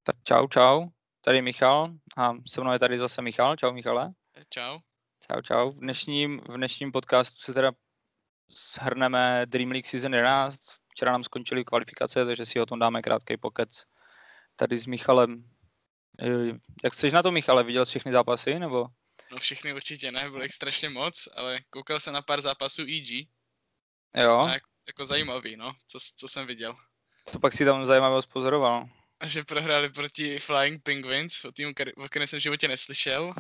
Tak čau, tady Michal a se mnou je tady zase Michal. Čau Michale. Čau. Čau. V dnešním podcastu si teda shrneme Dream League Season 11. Včera nám skončily kvalifikace, takže si o tom dáme krátký pokec tady s Michalem. Jak jsi na to, Michale? Viděl jsi všechny zápasy, nebo? No všechny určitě ne, bylo jich strašně moc, ale koukal jsem na pár zápasů EG. Jo. A jako zajímavý, no, co jsem viděl. Co pak si tam zajímavého spozoroval? A že prohráli proti Flying Penguins, o týmu, o kterém jsem v životě neslyšel.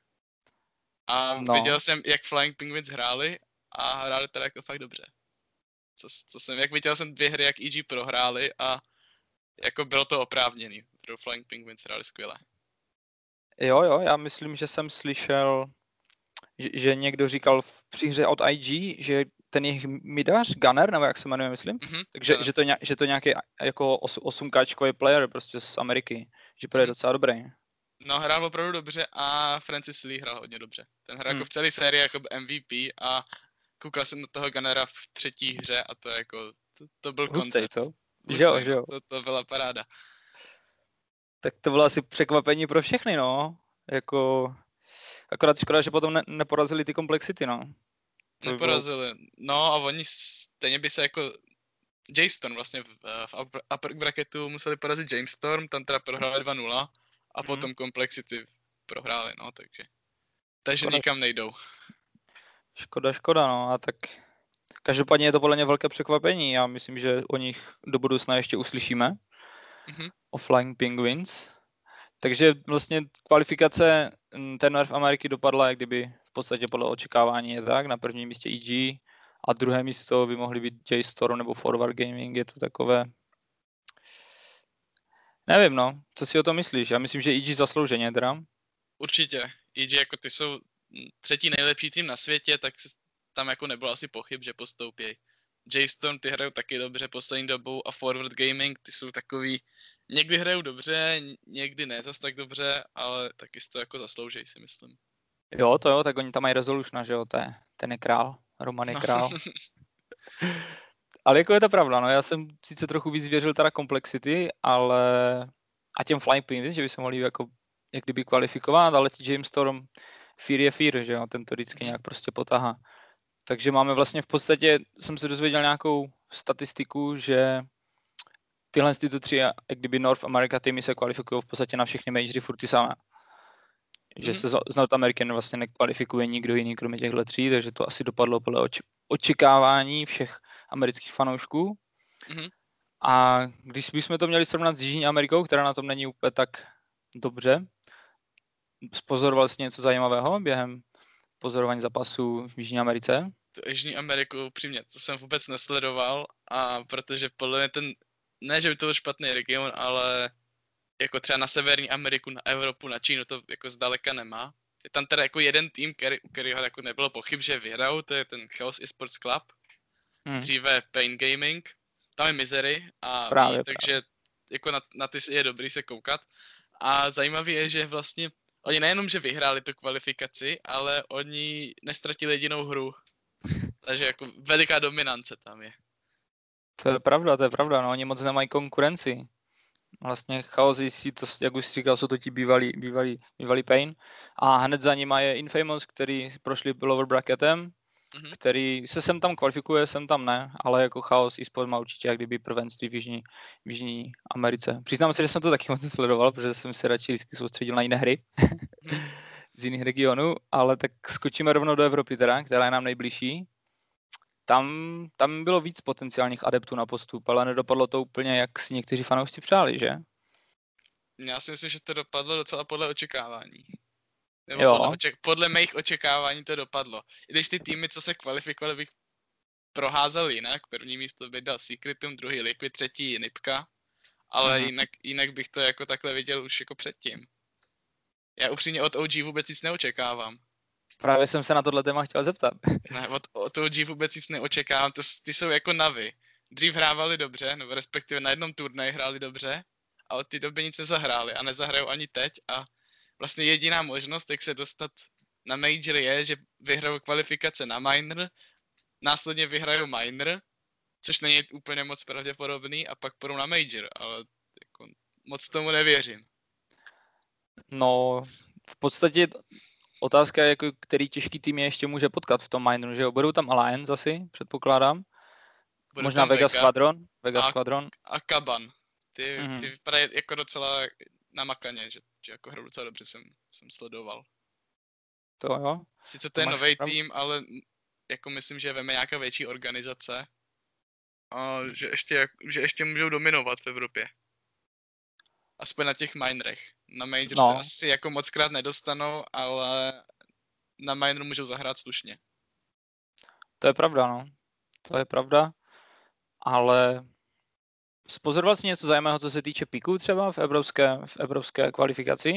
A viděl jsem, jak Flying Penguins hráli a hráli teda jako fakt dobře. Jak viděl jsem 2 hry, jak EG prohráli a jako bylo to oprávněný. Pro Flying Penguins hráli skvěle. Jo, já myslím, že jsem slyšel, že někdo říkal v příhře od IG, že ten jejich midař, Gunner, nebo jak se jmenuje, myslím, takže že to nějaký jako 8Kčkový player prostě z Ameriky, že je docela dobrý. No, hrál opravdu dobře a Francis Lee hrál hodně dobře. Ten hrál jako v celé sérii jako MVP a koukal jsem do toho Gunnera v 3. hře a to jako, to byl koncept. Co? Hustej, jo. To byla paráda. Tak to bylo asi překvapení pro všechny, no. Jako, akorát škoda, že potom neporazili ty Complexity, no. Neporazili. No a oni stejně by se jako J-Storm vlastně v upper bracketu museli porazit Jamestorm, tam teda prohráli 2-0 a potom Complexity prohráli, no, takže nikam nejdou. Škoda, no, a tak každopádně je to podle mě velké překvapení. Já myslím, že o nich do budoucna ještě uslyšíme. O Flying Penguins. Takže vlastně kvalifikace té v Ameriky dopadla, jak kdyby v podstatě podle očekávání je tak. Na prvním místě EG a druhé místo by mohly být J-Storm nebo Forward Gaming. Je to takové... Nevím, no. Co si o tom myslíš? Já myslím, že EG zaslouženě teda. Určitě. EG jako ty jsou 3. nejlepší tým na světě, tak tam jako nebylo asi pochyb, že postoupí. J-Storm ty hrajou taky dobře poslední dobou a Forward Gaming ty jsou takový, někdy hrajou dobře, někdy ne zas tak dobře, ale taky si to jako zaslouží, si myslím. Jo, tak oni tam mají Resolutiona, že jo, ten je král, Roman je král. Ale jako je to pravda, no, já jsem sice trochu víc věřil teda Complexity, ale a těm Flying Penguins, že by se mohli jako jak kdyby kvalifikovat, ale ti Jamestorm Fear je Fear, že jo, ten to vždycky nějak prostě potahá. Takže máme vlastně v podstatě, jsem se dozvěděl nějakou statistiku, že tyhle ty 3, jak kdyby North America týmy se kvalifikují v podstatě na všechny majory furt ty samé. Že se z North American vlastně nekvalifikuje nikdo jiný kromě těchto 3, takže to asi dopadlo podle očekávání všech amerických fanoušků. A když bychom to měli srovnat s Jižní Amerikou, která na tom není úplně tak dobře, pozoroval jsi něco zajímavého během pozorování zápasů v Jižní Americe? To Jižní Ameriku, upřímně, to jsem vůbec nesledoval a protože podle mě ne, že by to byl špatný region, ale jako třeba na Severní Ameriku, na Evropu, na Čínu to jako zdaleka nemá. Je tam teda jako jeden tým, u kterého jako nebylo pochyb, že vyhrajou, to je ten Chaos Esports Club, dříve Pain Gaming, tam je Misery a takže jako na ty je dobrý se koukat. A zajímavé je, že vlastně oni nejenom, že vyhráli tu kvalifikaci, ale oni nestratili jedinou hru. Takže jako veliká dominance tam je. To je pravda, no, oni moc nemají konkurenci. Vlastně Chaos si to, jak už jsi říkal, jsou to ti bývalý Pain. A hned za nima je Infamous, který prošli lower bracketem, který se sem tam kvalifikuje, sem tam ne, ale jako Chaos eSport má určitě jak kdyby prvenství v Jižní Americe. Přiznám se, že jsem to taky moc nesledoval, protože jsem se radši vždycky soustředil na jiné hry z jiných regionů, ale tak skočíme rovnou do Evropy teda, která je nám nejbližší. Tam bylo víc potenciálních adeptů na postup, ale nedopadlo to úplně, jak si někteří fanoušci přáli, že? Já si myslím, že to dopadlo docela podle očekávání. Nebo podle mých očekávání to dopadlo. I když ty týmy, co se kvalifikovaly, bych proházel jinak. První místo by dal Secretum, druhý Liquid, třetí Nipka. Ale jinak bych to jako takhle viděl už jako předtím. Já upřímně od OG vůbec nic neočekávám. Právě jsem se na tohle téma chtěl zeptat. Ne, od OG vůbec nic neočekávám, ty jsou jako Navy. Dřív hrávali dobře, nebo respektive na jednom turnaji hráli dobře, ale ty doby nic nezahráli a nezahrajou ani teď a vlastně jediná možnost, jak se dostat na Major je, že vyhrajou kvalifikace na Minor, následně vyhrajou Minor, což není úplně moc pravděpodobný a pak půjdou na Major, ale jako moc tomu nevěřím. No, v podstatě otázka je, jako, který těžký tým je ještě může potkat v tom minoru, že jo? Budou tam Alliance asi, předpokládám. Bude Možná tam Vega Vega Squadron. a Kaban. Ty Mhm. vypadají jako docela namakaně, že jako hrou docela dobře jsem sledoval. To jo. Sice to To je máš nový pravdu. tým, ale jako myslím, že veme nějaká větší organizace a že ještě můžou dominovat v Evropě. Aspoň na těch minorech. Na major se No, asi jako mockrát nedostanou, ale na minoru můžou zahrát slušně. to je pravda, no. To je pravda, ale pozoroval jsi něco zajímavého, co se týče piků třeba v evropské kvalifikaci?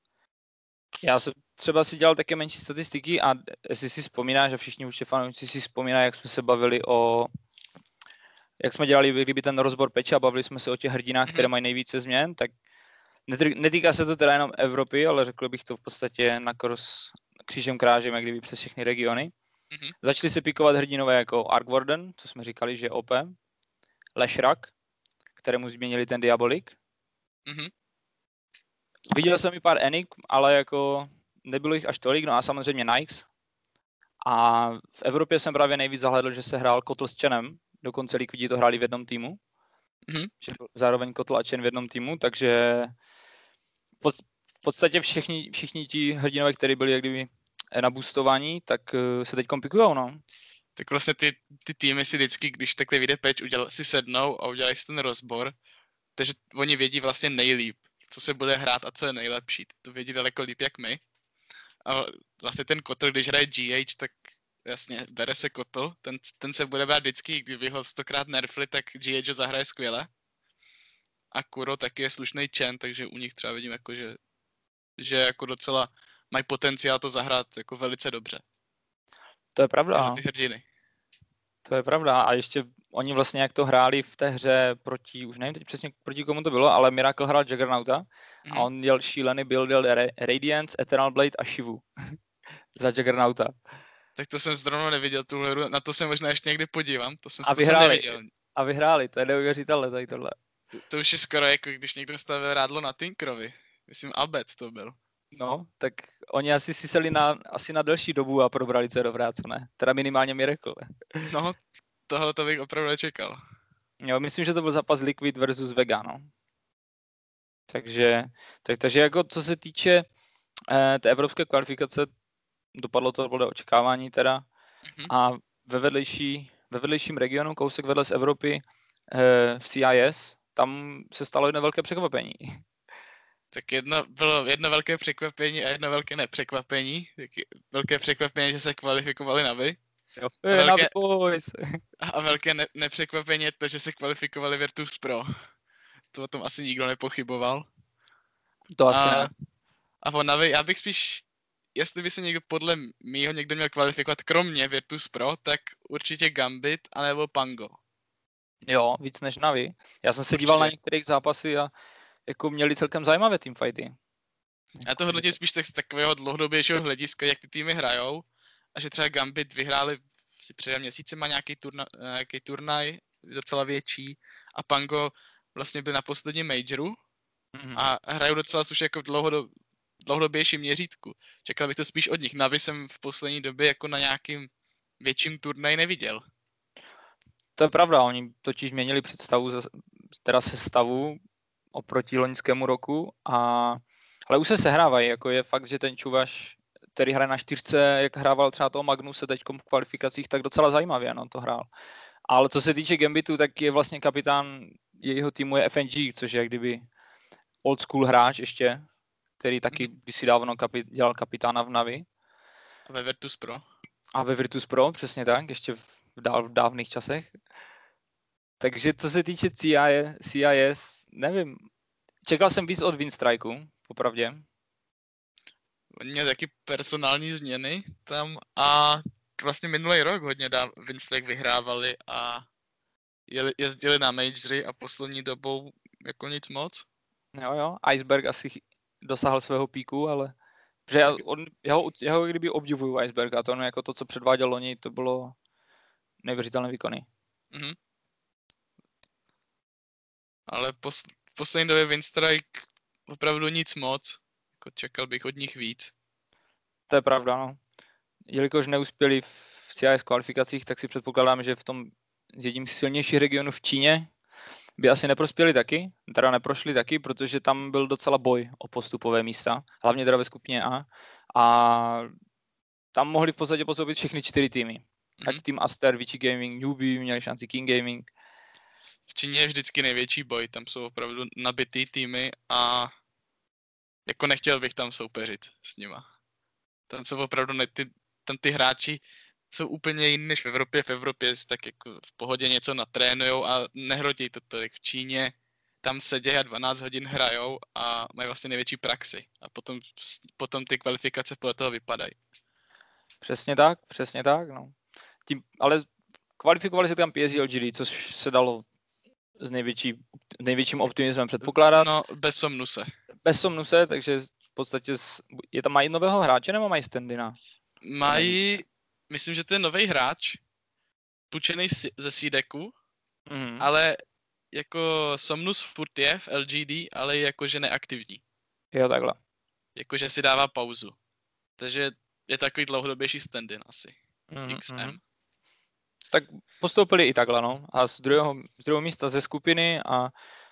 Já jsem třeba si dělal také menší statistiky a jestli si vzpomínáš, a všichni určitě fanoušci si vzpomínají, jak jsme se bavili jak jsme dělali kdyby ten rozbor peče a bavili jsme se o těch hrdinách, které mají nejvíce změn, tak netýká se to teda jenom Evropy, ale řekl bych to v podstatě na křížem krážem, jak kdyby přes všechny regiony. Mhm. Začali se pikovat hrdinové jako Ark Warden, co jsme říkali, že je OP, Leshrac, kterému změnili ten Diabolik. Mhm. Viděl jsem i pár Enik, ale jako nebylo jich až tolik, no a samozřejmě Nikes. A v Evropě jsem právě nejvíc zahledl, že se hrál Kotl s Chenem, dokonce Liquidi to hráli v jednom týmu. Mhm. Že zároveň Kotl a Chen v jednom týmu, takže v podstatě všichni ti hrdinové, kteří byli jak kdyby na boostování, tak se teď komplikujou, no. Tak vlastně ty týmy si vždycky, když takhle vyjde patch, si sednou a udělají si ten rozbor, takže oni vědí vlastně nejlíp, co se bude hrát a co je nejlepší. To vědí daleko líp jak my. A vlastně ten Kotl, když hraje GH, tak jasně, bere se Kotl, ten se bude brát vždycky, kdyby ho 100krát nerfli, tak GH ho zahraje skvěle. A Kuro taky je slušný Chen, takže u nich třeba vidím jako, že jako docela mají potenciál to zahrát jako velice dobře. To je pravda, Tyhle no. ty hrdiny. To je pravda a ještě oni vlastně jak to hráli v té hře už nevím teď přesně proti komu to bylo, ale Miracle hrál Juggernauta a on dělal šílený build, Radiance, Eternal Blade a Shivu za Juggernauta. Tak to jsem zrovna neviděl tuhle hru, na to se možná ještě někdy podívám, to jsem neviděl. A vyhráli, to je neuvěřitelné tady tohle. To už je skoro jako když někdo stavil rádlo na Tinkerovi. Myslím Abed to byl. No, tak oni asi si seli asi na delší dobu a probrali, co je dobré, co ne. Teda minimálně Miracle. No, tohle to bych opravdu nečekal. Jo, myslím, že to byl zápas Liquid versus Vega, no. Takže jako co se týče té evropské kvalifikace, dopadlo to podle očekávání teda. A ve vedlejším regionu, kousek vedle z Evropy, v CIS, tam se stalo jedno velké překvapení. Tak bylo jedno velké překvapení a jedno velké nepřekvapení. Velké překvapení, že se kvalifikovali Navi. Jo. A velké nepřekvapení je to, že se kvalifikovali Virtus Pro. To o tom asi nikdo nepochyboval. To asi ne. A o Navi, já bych spíš, jestli by se podle mýho někdo měl kvalifikovat kromě Virtus Pro, tak určitě Gambit anebo Pango. Jo, víc než Navi. Já jsem se díval na některých zápasy a jako měli celkem zajímavé teamfighty. Já to hodnotím spíš z takového dlouhodobějšího hlediska, jak ty týmy hrajou a že třeba Gambit vyhráli před měsícem nějaký turnaj docela větší a Pango vlastně byl na posledním majoru a hrajou docela slušně jako v dlouhodobějším měřítku. Čekal bych to spíš od nich. Navi jsem v poslední době jako na nějakým větším turnaji neviděl. To je pravda, oni totiž měnili představu, teda sestavu oproti loňskému roku, ale už se sehrávají, jako je fakt, že ten Čuvaš, který hraje na 4, jak hrával třeba toho Magnuse teďkom v kvalifikacích, tak docela zajímavě, no, to hrál. Ale co se týče Gambitu, tak je vlastně kapitán jejího týmu je FNG, což je jak kdyby old school hráč ještě, který taky by si dávno dělal kapitána v Navi. A ve Virtus Pro. A ve Virtus Pro, přesně tak, ještě v dávných časech. Takže co se týče CIS, nevím. Čekal jsem víc od Winstrike'u, popravdě. Oni měli taky personální změny tam a vlastně minulý rok hodně Winstrike vyhrávali a jezdili na majory a poslední dobou jako nic moc. Jo, Iceberg asi dosáhl svého píku, ale že já ho kdyby obdivuju Iceberga, to jako to, co předváděl loni, to bylo neuvěřitelné výkony. Ale poslední době Winstrike opravdu nic moc. Jako čekal bych od nich víc. To je pravda, no. Jelikož neuspěli v CIS kvalifikacích, tak si předpokládám, že v tom z jedním z silnějších regionů v Číně by asi neprospěli taky, teda neprošli taky, protože tam byl docela boj o postupové místa, hlavně teda ve skupině A. A tam mohli v podstatě postoupit všechny 4 týmy. Ať tým Aster, Vichy Gaming, Newbie, měli šanci King Gaming. V Číně je vždycky největší boj, tam jsou opravdu nabitý týmy a jako nechtěl bych tam soupeřit s nima. Tam jsou opravdu tam ty hráči jsou úplně jiní než v Evropě. V Evropě tak jako v pohodě něco natrénujou a nehrotí to tolik. V Číně tam sedějí a 12 hodin hrajou a mají vlastně největší praxi. A potom ty kvalifikace podle toho vypadají. Přesně tak, no. Ale kvalifikovali se tam PSG LGD, což se dalo s největším optimismem předpokládat. No, bez Somnuse. Bez Somnuse, takže v podstatě mají nového hráče nebo mají Standina? Mají, myslím, že to je nový hráč, půjčený ze Seedeku, ale jako Somnus furt je v LGD, ale je jakože neaktivní. Jo, takhle. Jakože si dává pauzu. Takže je takový dlouhodobější stand-in asi. XM. Tak postoupili i takhle, no. A z druhého místa ze skupiny a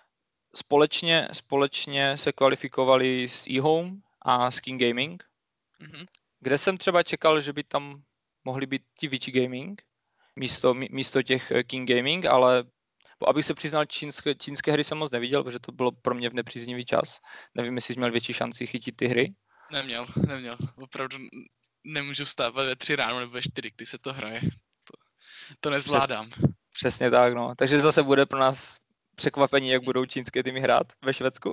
společně se kvalifikovali s eHome a s King Gaming, kde jsem třeba čekal, že by tam mohli být ti Vichy Gaming místo těch King Gaming, ale abych se přiznal, čínské hry jsem moc neviděl, protože to bylo pro mě v nepříznivý čas. Nevím, jestli jsi měl větší šanci chytit ty hry. Neměl. Opravdu nemůžu vstávat ve 3 ráno nebo ve 4, když se to hraje. To nezvládám. Přesně tak, no. Takže zase bude pro nás překvapení, jak budou čínské týmy hrát ve Švédsku.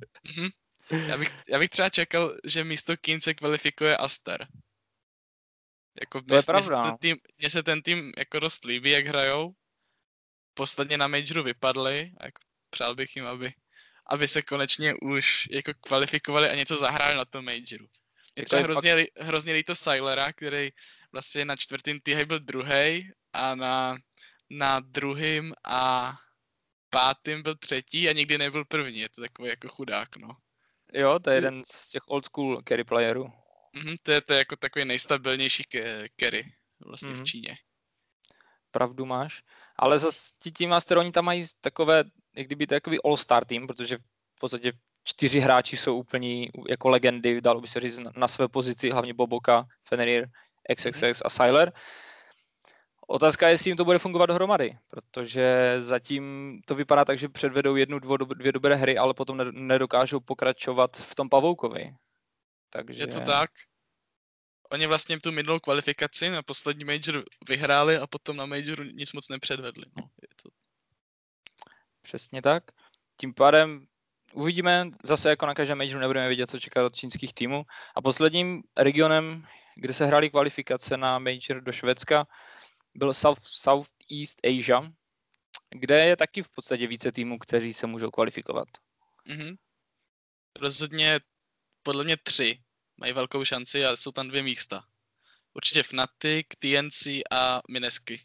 Já bych třeba čekal, že místo King se kvalifikuje Aster. Jako to je pravda, no. Mně se ten tým jako dost líbí, jak hrajou. Posledně na Majoru vypadli a jako přál bych jim, aby se konečně už jako kvalifikovali a něco zahráli na tom Majoru. Je třeba hrozně líto Silera, který vlastně na 4. týdnu byl druhý a na 2. a 5. byl 3. a nikdy nebyl první. Je to takový jako chudák, no. Jo, to je jeden z těch old school carry playerů. To je jako takový nejstabilnější carry vlastně v Číně. Pravdu máš. Ale zase ti Master, oni tam mají takové, jak kdyby takový all-star tým, protože v podstatě 4 hráči jsou úplně jako legendy, dalo by se říct, na své pozici, hlavně Boboka, Fenrir, XXX a Sylar. Otázka je, jestli jim to bude fungovat dohromady, protože zatím to vypadá tak, že předvedou 1-2 dobré hry, ale potom nedokážou pokračovat v tom pavoukovi. Takže... Je to tak. Oni vlastně tu minulou kvalifikaci na poslední major vyhráli a potom na majoru nic moc nepředvedli. No, je to... Přesně tak. Tím pádem uvidíme, zase jako na každém majoru nebudeme vědět, co čeká od čínských týmů. A posledním regionem, kde se hrály kvalifikace na major do Švédska, byl Southeast Asia, kde je taky v podstatě více týmů, kteří se můžou kvalifikovat. Rozhodně podle mě 3 mají velkou šanci a jsou tam 2 místa. Určitě Fnatic, TNC a Minesky.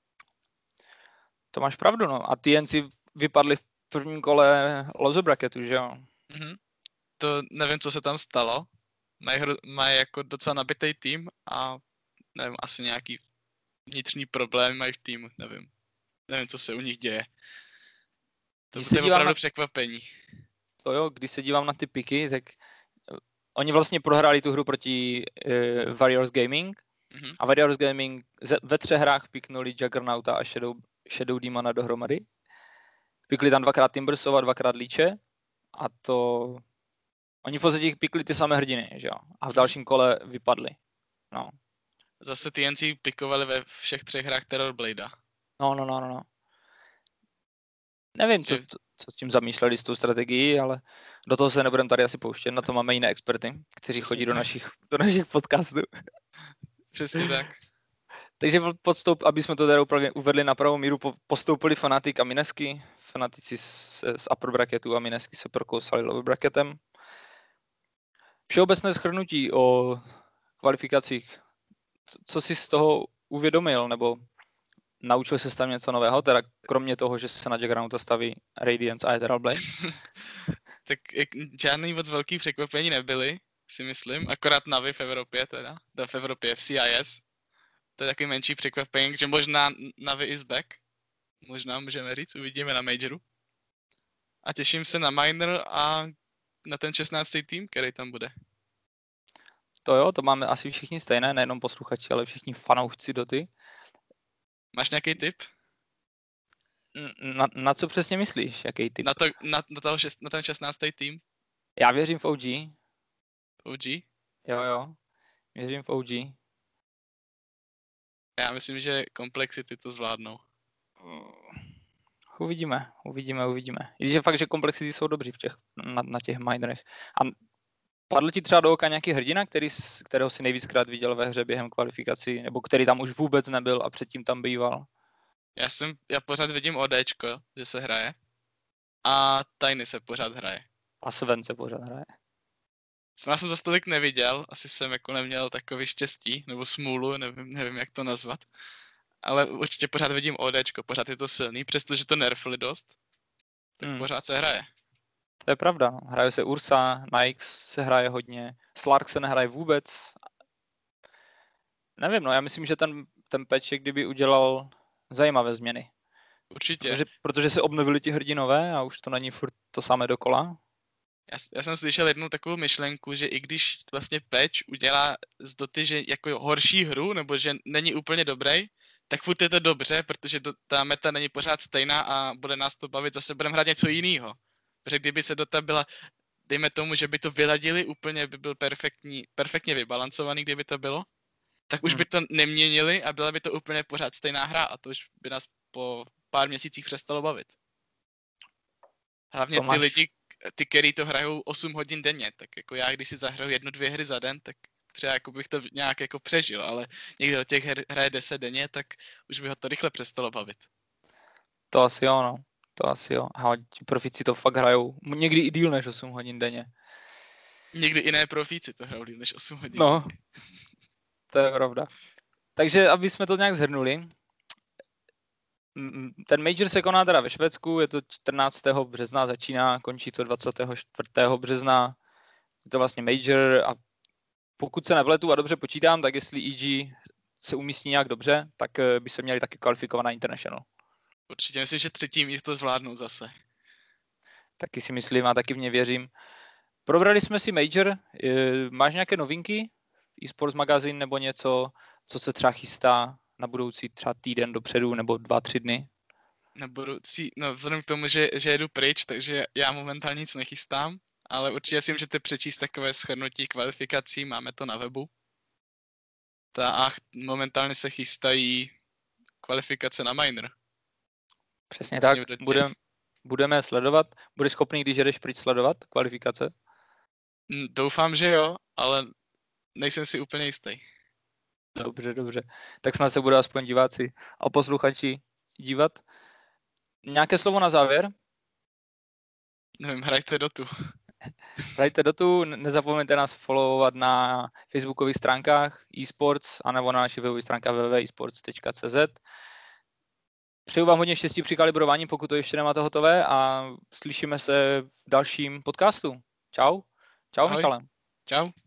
To máš pravdu, no. A TNC vypadli v prvním kole loser bracketu, že jo? To nevím, co se tam stalo. Mají jako docela nabitý tým a nevím, asi nějaký vnitřní problém mají v týmu, nevím, co se u nich děje. To je opravdu překvapení. To jo, když se dívám na ty piky, tak oni vlastně prohráli tu hru proti Warriors Gaming a Warriors Gaming ve 3 hrách piknuli Juggernauta a Shadow Demona dohromady. Pikli tam 2x Timbersova, 2x Líče a to... Oni v podstatě pikli ty samé hrdiny, že jo? A v dalším kole vypadli. No. Zase TNC pikovali ve všech 3 hrách Terrorbladea. No. Nevím, co s tím zamýšleli, s tou strategií, ale do toho se nebudeme tady asi pouštět, na to máme jiné experty, kteří chodí do našich podcastů. Přesně tak. Takže aby jsme to tady úplně uvedli na pravou míru, postoupili Fnatic a Minesky. Fanatici z upper bracketu a Minesky se prokousali lower bracketem. Všeobecné shrnutí o kvalifikacích. Co jsi z toho uvědomil, nebo naučil se tam něco nového, teda kromě toho, že se na Juggernauta staví Radiance a Ethereal Blade? Tak žádný moc velký překvapení nebyly, si myslím, akorát Navi v Evropě teda, v Evropě v CIS. To je takový menší překvapení, že možná Navi is back. Možná můžeme říct, uvidíme na Majoru. A těším se na Minor a na ten 16. tým, který tam bude. To jo, to máme asi všichni stejné, nejenom posluchači, ale všichni fanoušci Doty. Máš nějaký tip? Na co přesně myslíš? Jaký tip? Na ten 16. tým? Já věřím v OG. OG? Jo. Věřím v OG. Já myslím, že Complexity to zvládnou. Uvidíme. I když je fakt, že Complexity jsou dobří na těch minerech. A padl ti třeba do oka nějaký hrdina, kterého si nejvíckrát viděl ve hře během kvalifikací, nebo který tam už vůbec nebyl a předtím tam býval? Já pořád vidím ODčko, že se hraje. A Tiny se pořád hraje. A Sven se pořád hraje. Já jsem za tolik neviděl, asi jsem jako neměl takový štěstí, nebo smůlu, nevím jak to nazvat. Ale určitě pořád vidím ODčko, pořád je to silný, přestože to nerfli dost, tak pořád se hraje. To je pravda, no. Hraje se Ursa, Nyx se hraje hodně, Slark se nehraje vůbec. Nevím, no já myslím, že ten patch kdyby udělal zajímavé změny. Určitě. Protože se obnovili ti hrdinové a už to není furt to samé dokola. Já jsem slyšel jednu takovou myšlenku, že i když vlastně patch udělá z Doty, že jako horší hru, nebo že není úplně dobrý, tak furt je to dobře, protože ta meta není pořád stejná a bude nás to bavit, zase budeme hrát něco jiného. Protože kdyby se Dota byla, dejme tomu, že by to vyladili úplně, by byl perfektně vybalancovaný, kdyby to bylo, tak už by to neměnili a byla by to úplně pořád stejná hra a to už by nás po pár měsících přestalo bavit. Hlavně ty lidi, který to hrajou 8 hodin denně, tak jako já, když si zahraju 1-2 hry za den, tak třeba jako bych to nějak jako přežil, ale někdo do těch her hraje 10 denně, tak už by ho to rychle přestalo bavit. To asi jo, no. To asi jo. A ti profíci to fakt hrajou někdy i díl než 8 hodin denně. Někdy i ne profíci to hrajou díl než 8 hodin. No, to je pravda. Takže, aby jsme to nějak shrnuli, ten Major se koná teda ve Švédsku, je to 14. března, začíná, končí to 24. března. Je to vlastně Major a pokud se nepletu a dobře počítám, tak jestli EG se umístí nějak dobře, tak by se měli taky kvalifikovat na International. Určitě myslím, že 3. místo zvládnou zase. Taky si myslím a taky v ně věřím. Probrali jsme si Major. Máš nějaké novinky? eSports magazín nebo něco, co se třeba chystá na budoucí třeba týden dopředu nebo 2-3 dny? Na budoucí, no vzhledem k tomu, že jedu pryč, takže já momentálně nic nechystám, ale určitě si můžete přečíst takové shrnutí kvalifikací, máme to na webu. A momentálně se chystají kvalifikace na minor. Přesně tak, budeme sledovat. Budeš schopný, když jedeš pryč, sledovat kvalifikace? Doufám, že jo, ale nejsem si úplně jistý. Dobře. Tak snad se budou aspoň diváci a posluchači dívat. Nějaké slovo na závěr? Nevím, hrajte Dotu. Hrajte Dotu, nezapomeňte nás followovat na facebookových stránkách eSports anebo na naší webové stránce www.esports.cz. Přeju vám hodně štěstí při kalibrování, pokud to ještě nemáte hotové a slyšíme se v dalším podcastu. Čau. Čau, Michale. Čau.